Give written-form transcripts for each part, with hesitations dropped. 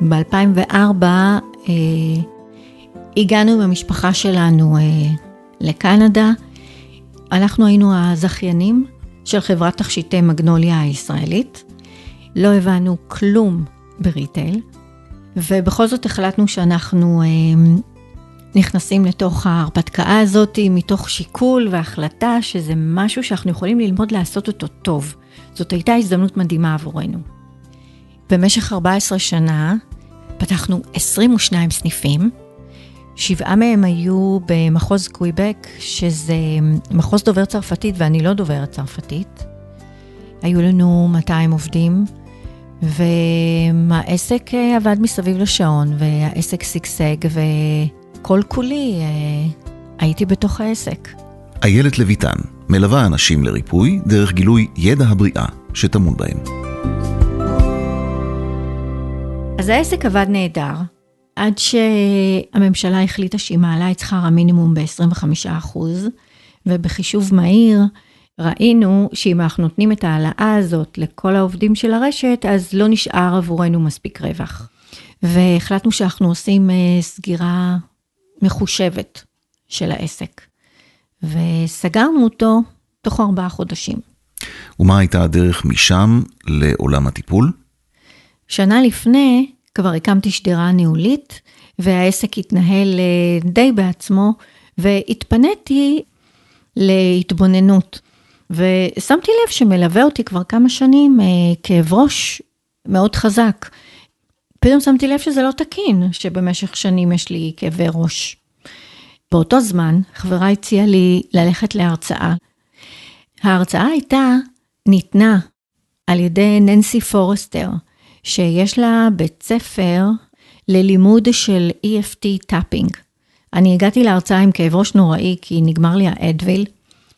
ב-2004 הגענו במשפחה שלנו לקנדה. אנחנו היינו הזכיינים של חברת תכשיטי מגנוליה הישראלית. לא הבנו כלום בריטייל, ובכל זאת החלטנו שאנחנו נכנסים לתוך ההרפתקה הזאת מתוך שיקול והחלטה שזה משהו שאנחנו יכולים ללמוד לעשות אותו טוב. זאת הייתה הזדמנות מדהימה עבורנו. במשך 14 שנה פתחנו 22 סניפים, 7 מהם היו במחוז קוויבק, שזה מחוז דובר צרפתית ואני לא דוברת צרפתית. היו לנו 200 עובדים, והעסק עבד מסביב לשעון, והעסק סגסג, וכל כולי הייתי בתוך העסק. איילת לויטן מלווה אנשים לריפוי דרך גילוי ידע הבריאה שטמון בהם. אז העסק עבד נהדר, עד שהממשלה החליטה שהיא מעלה את שכר המינימום ב-25%, ובחישוב מהיר ראינו שאם אנחנו נותנים את העלאה הזאת לכל העובדים של הרשת, אז לא נשאר עבורנו מספיק רווח. והחלטנו שאנחנו עושים סגירה מחושבת של העסק. וסגרנו אותו תוך 4 חודשים. ומה הייתה הדרך משם לעולם הטיפול? שנה לפני כבר הקמתי שדרה ניהולית, והעסק התנהל די בעצמו, והתפניתי להתבוננות. ושמתי לב שמלווה אותי כבר כמה שנים כאב ראש מאוד חזק. פתאום שמתי לב שזה לא תקין, שבמשך שנים יש לי כאבי ראש. באותו זמן, חברה הציעה לי ללכת להרצאה. ההרצאה ניתנה על ידי ננסי פורסטר, שיש לה בית ספר ללימוד של EFT טאפינג. אני הגעתי להרצאה עם כאב ראש נוראי, כי נגמר לי האדוויל,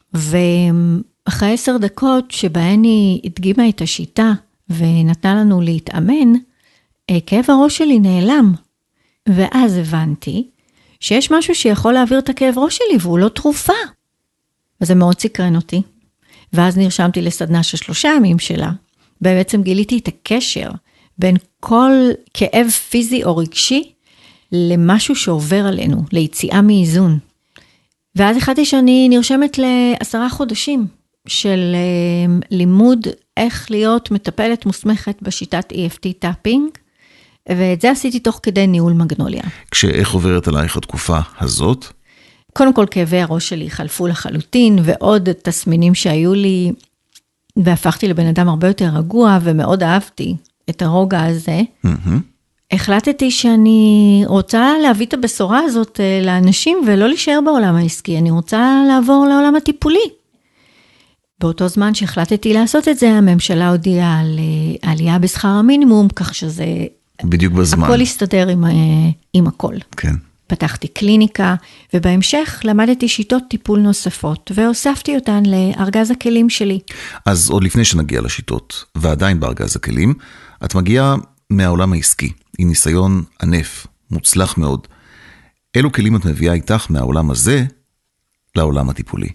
ואחרי 10 דקות שבהן היא הדגימה את השיטה, ונתנה לנו להתאמן, כאב הראש שלי נעלם. ואז הבנתי שיש משהו שיכול להעביר את הכאב ראש שלי, והוא לא תרופה. וזה מאוד סקרן אותי. ואז נרשמתי לסדנה של 3 ימים שלה, ובעצם גיליתי את הקשר בין כל כאב פיזי או רגשי, למשהו שעובר עלינו, ליציאה מאיזון. ואז החלטתי שאני נרשמת ל10 חודשים של לימוד איך להיות מטפלת מוסמכת בשיטת EFT טאפינג, ואת זה עשיתי תוך כדי ניהול מגנוליה. כשאיך עוברת עלייך התקופה הזאת? קודם כל כאבי הראש שלי חלפו לחלוטין, ועוד תסמינים שהיו לי, והפכתי לבן אדם הרבה יותר רגוע, ומאוד אהבתי את הרוגע הזה. החלטתי שאני רוצה להביא את הבשורה הזאת לאנשים, ולא להישאר בעולם העסקי, אני רוצה לעבור לעולם הטיפולי. באותו זמן שהחלטתי לעשות את זה, הממשלה הודיעה על עלייה בשכר המינימום, כך שזה בדיוק בזמן. הכל הסתדר עם הכל. כן. פתחתי קליניקה, ובהמשך למדתי שיטות טיפול נוספות, והוספתי אותן לארגז הכלים שלי. אז עוד לפני שנגיע לשיטות, ועדיין בארגז הכלים, את מגיעה מהעולם העסקי, עם ניסיון ענף, מוצלח מאוד. אילו כלים את מביאה איתך מהעולם הזה לעולם הטיפולי?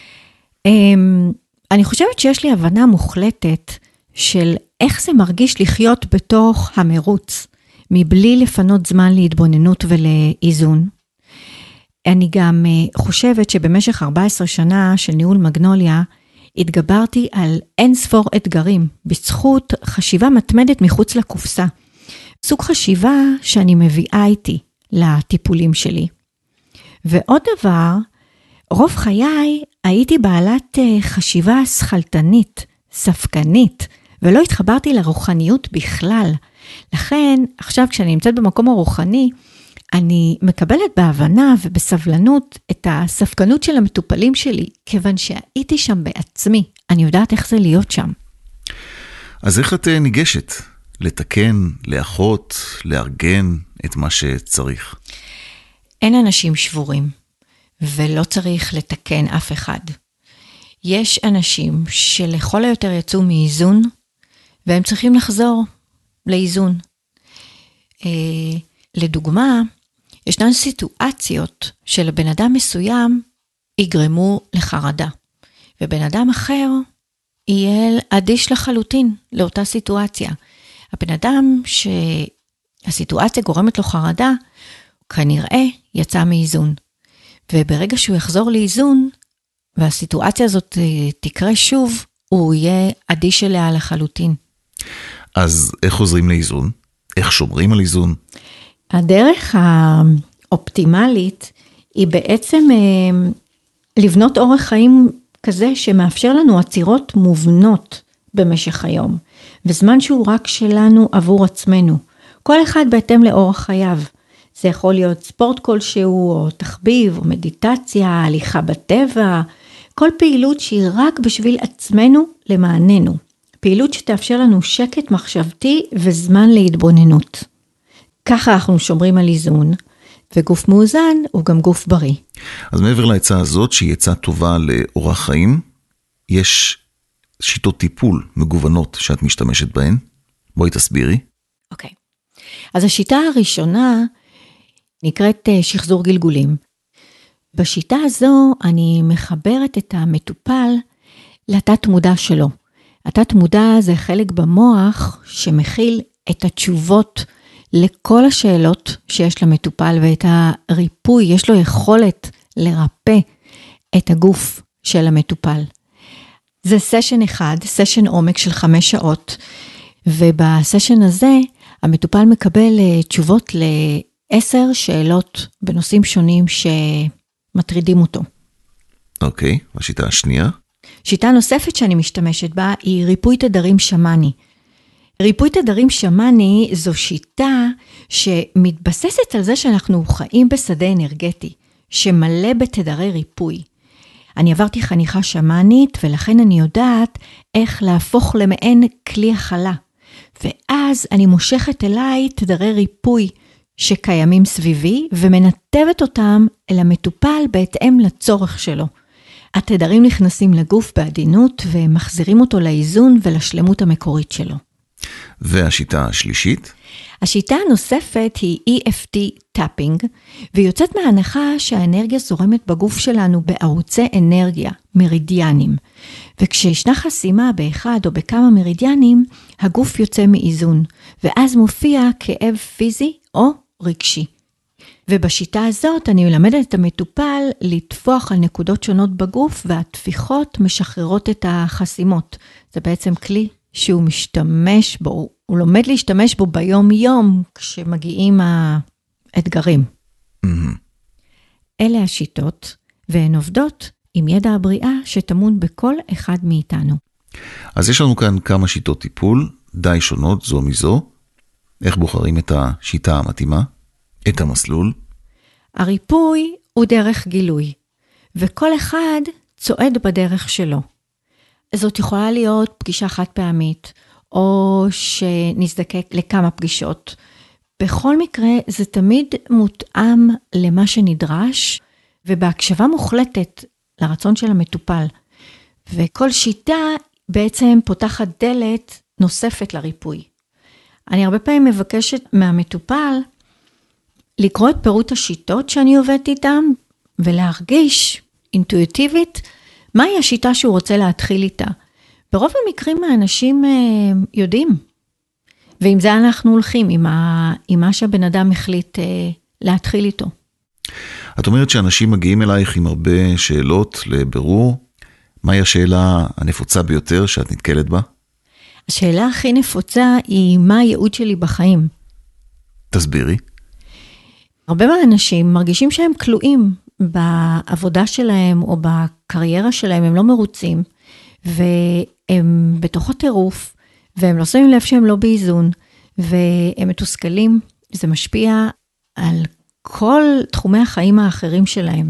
אני חושבת שיש לי הבנה מוחלטת של איך זה מרגיש לחיות בתוך המרוץ, מבלי לפנות זמן להתבוננות ולאיזון. אני גם חושבת שבמשך 14 שנה של ניהול מגנוליה, התגברתי על אין ספור אתגרים, בזכות חשיבה מתמדת מחוץ לקופסה. סוג חשיבה שאני מביאה איתי לטיפולים שלי. ועוד דבר, רוב חיי הייתי בעלת חשיבה שכלתנית, ספקנית, ולא התחברתי לרוחניות בכלל. לכן, עכשיו כשאני נמצאת במקום הרוחני, אני מקבלת בהבנה ובסבלנות את הספקנות של המטופלים שלי, כיוון שהייתי שם בעצמי. אני יודעת איך זה להיות שם. אז איך את ניגשת? לתקן, לאחות, לארגן את מה שצריך? אין אנשים שבורים, ולא צריך לתקן אף אחד. יש אנשים שלכל היותר יצאו מאיזון, והם צריכים לחזור לאיזון. לדוגמה, ישנן סיטואציות שלבן אדם מסוים יגרמו לחרדה, ובן אדם אחר יהיה אדיש לחלוטין לאותה סיטואציה. הבן אדם הסיטואציה גורמת לו חרדה, כנראה יצא מאיזון. וברגע שהוא יחזור לאיזון, והסיטואציה הזאת תקרה שוב, הוא יהיה אדיש אליה לחלוטין. אז איך חוזרים לאיזון? איך שומרים על איזון? הדרך האופטימלית היא בעצם לבנות אורח חיים כזה שמאפשר לנו עצירות מובנות במשך היום, וזמן שהוא רק שלנו עבור עצמנו. כל אחד בהתאם לאורח חייו. זה יכול להיות ספורט כלשהו, או תחביב, או מדיטציה, הליכה בטבע, כל פעילות שהיא רק בשביל עצמנו למעננו. פעילות שתאפשר לנו שקט מחשבתי וזמן להתבוננות. ככה אנחנו שומרים על איזון, וגוף מאוזן הוא גם גוף בריא. אז מעבר לעצה הזאת, שהיא עצה טובה לאורח חיים, יש שיטות טיפול מגוונות שאת משתמשת בהן. בואי תסבירי. אוקיי. אז השיטה הראשונה נקראת שחזור גלגולים. בשיטה הזו אני מחברת את המטופל לתת מודע שלו. התת מודע זה חלק במוח שמכיל את התשובות לכל השאלות שיש למטופל, ואת הריפוי, יש לו יכולת לרפא את הגוף של המטופל. זה סשן אחד, סשן עומק של 5 שעות, ובסשן הזה המטופל מקבל תשובות ל10 שאלות בנושאים שונים שמטרידים אותו. אוקיי, והשיטה השנייה? שיטה נוספת שאני משתמשת בה היא ריפוי תדרים שמאני. ריפוי תדרים שמאני זו שיטה שמתבססת על זה שאנחנו חיים בשדה אנרגטי, שמלא בתדרי ריפוי. אני עברתי חניכה שמאנית, ולכן אני יודעת איך להפוך למעין כלי החלה. ואז אני מושכת אליי תדרי ריפוי שקיימים סביבי, ומנתבת אותם אל המטופל בהתאם לצורך שלו. התדרים נכנסים לגוף בעדינות, ומחזירים אותו לאיזון ולשלמות המקורית שלו. והשיטה השלישית? השיטה הנוספת היא EFT טאפינג, ויוצאת מההנחה שהאנרגיה זורמת בגוף שלנו בערוצי אנרגיה, מרידיאנים. וכשישנה חסימה באחד או בכמה מרידיאנים, הגוף יוצא מאיזון, ואז מופיע כאב פיזי או רגשי. ובשיטה הזאת אני מלמדת את המטופל לטפוח על נקודות שונות בגוף, והטפיחות משחררות את החסימות. זה בעצם כלי שהוא משתמש בו, הוא לומד להשתמש בו ביום יום כשמגיעים האתגרים. אלה השיטות, והן עובדות עם ידע הבריאה שטמון בכל אחד מאיתנו. אז יש לנו כאן כמה שיטות טיפול, די שונות זו מזו. איך בוחרים את השיטה המתאימה? את המסלול? הריפוי הוא דרך גילוי, וכל אחד צועד בדרך שלו. זאת יכולה להיות פגישה חד פעמית, או שנזדקק לכמה פגישות. בכל מקרה, זה תמיד מותאם למה שנדרש, ובהקשבה מוחלטת לרצון של המטופל. וכל שיטה בעצם פותחת דלת נוספת לריפוי. אני הרבה פעמים מבקשת מהמטופל לקרוא את פירוט השיטות שאני עובדת איתם, ולהרגיש אינטואיטיבית מהי השיטה שהוא רוצה להתחיל איתה. ברוב המקרים האנשים יודעים, ועם זה אנחנו הולכים, עם מה שהבן אדם החליט להתחיל איתו. את אומרת שאנשים מגיעים אלייך עם הרבה שאלות לבירור. מהי השאלה הנפוצה ביותר שאת נתקלת בה? השאלה הכי נפוצה היא מה הייעוד שלי בחיים. תסבירי. הרבה מהאנשים מרגישים שהם כלואים בעבודה שלהם או בקריירה שלהם, הם לא מרוצים, והם בתוך הטירוף, והם לא שמים לב שהם לא באיזון, והם מתוסכלים, זה משפיע על כל תחומי החיים האחרים שלהם.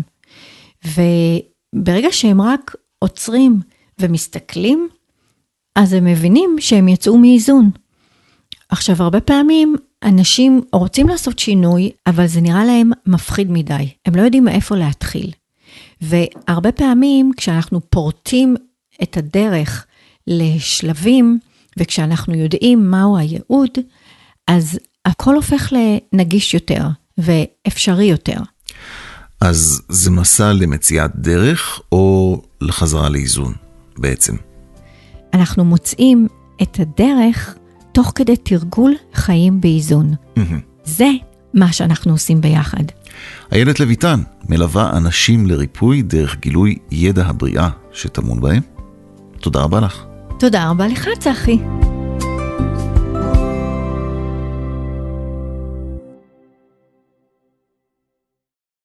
וברגע שהם רק עוצרים ומסתכלים, אז הם מבינים שהם יצאו מאיזון. עכשיו, הרבה פעמים אנשים רוצים לעשות שינוי, אבל זה נראה להם מפחיד מדי. הם לא יודעים מאיפה להתחיל. והרבה פעמים כשאנחנו פורטים את הדרך לשלבים, וכשאנחנו יודעים מהו הייעוד, אז הכל הופך לנגיש יותר ואפשרי יותר. אז זה מסע למציאת דרך או לחזרה לאיזון בעצם? אנחנו מוצאים את הדרך תוך כדי תרגול חיים באיזון. זה מה שאנחנו עושים ביחד. איילת לויטן מלווה אנשים לריפוי דרך גילוי ידע הבריאה שטמון בהם. תודה רבה לך. תודה רבה לך, צחי.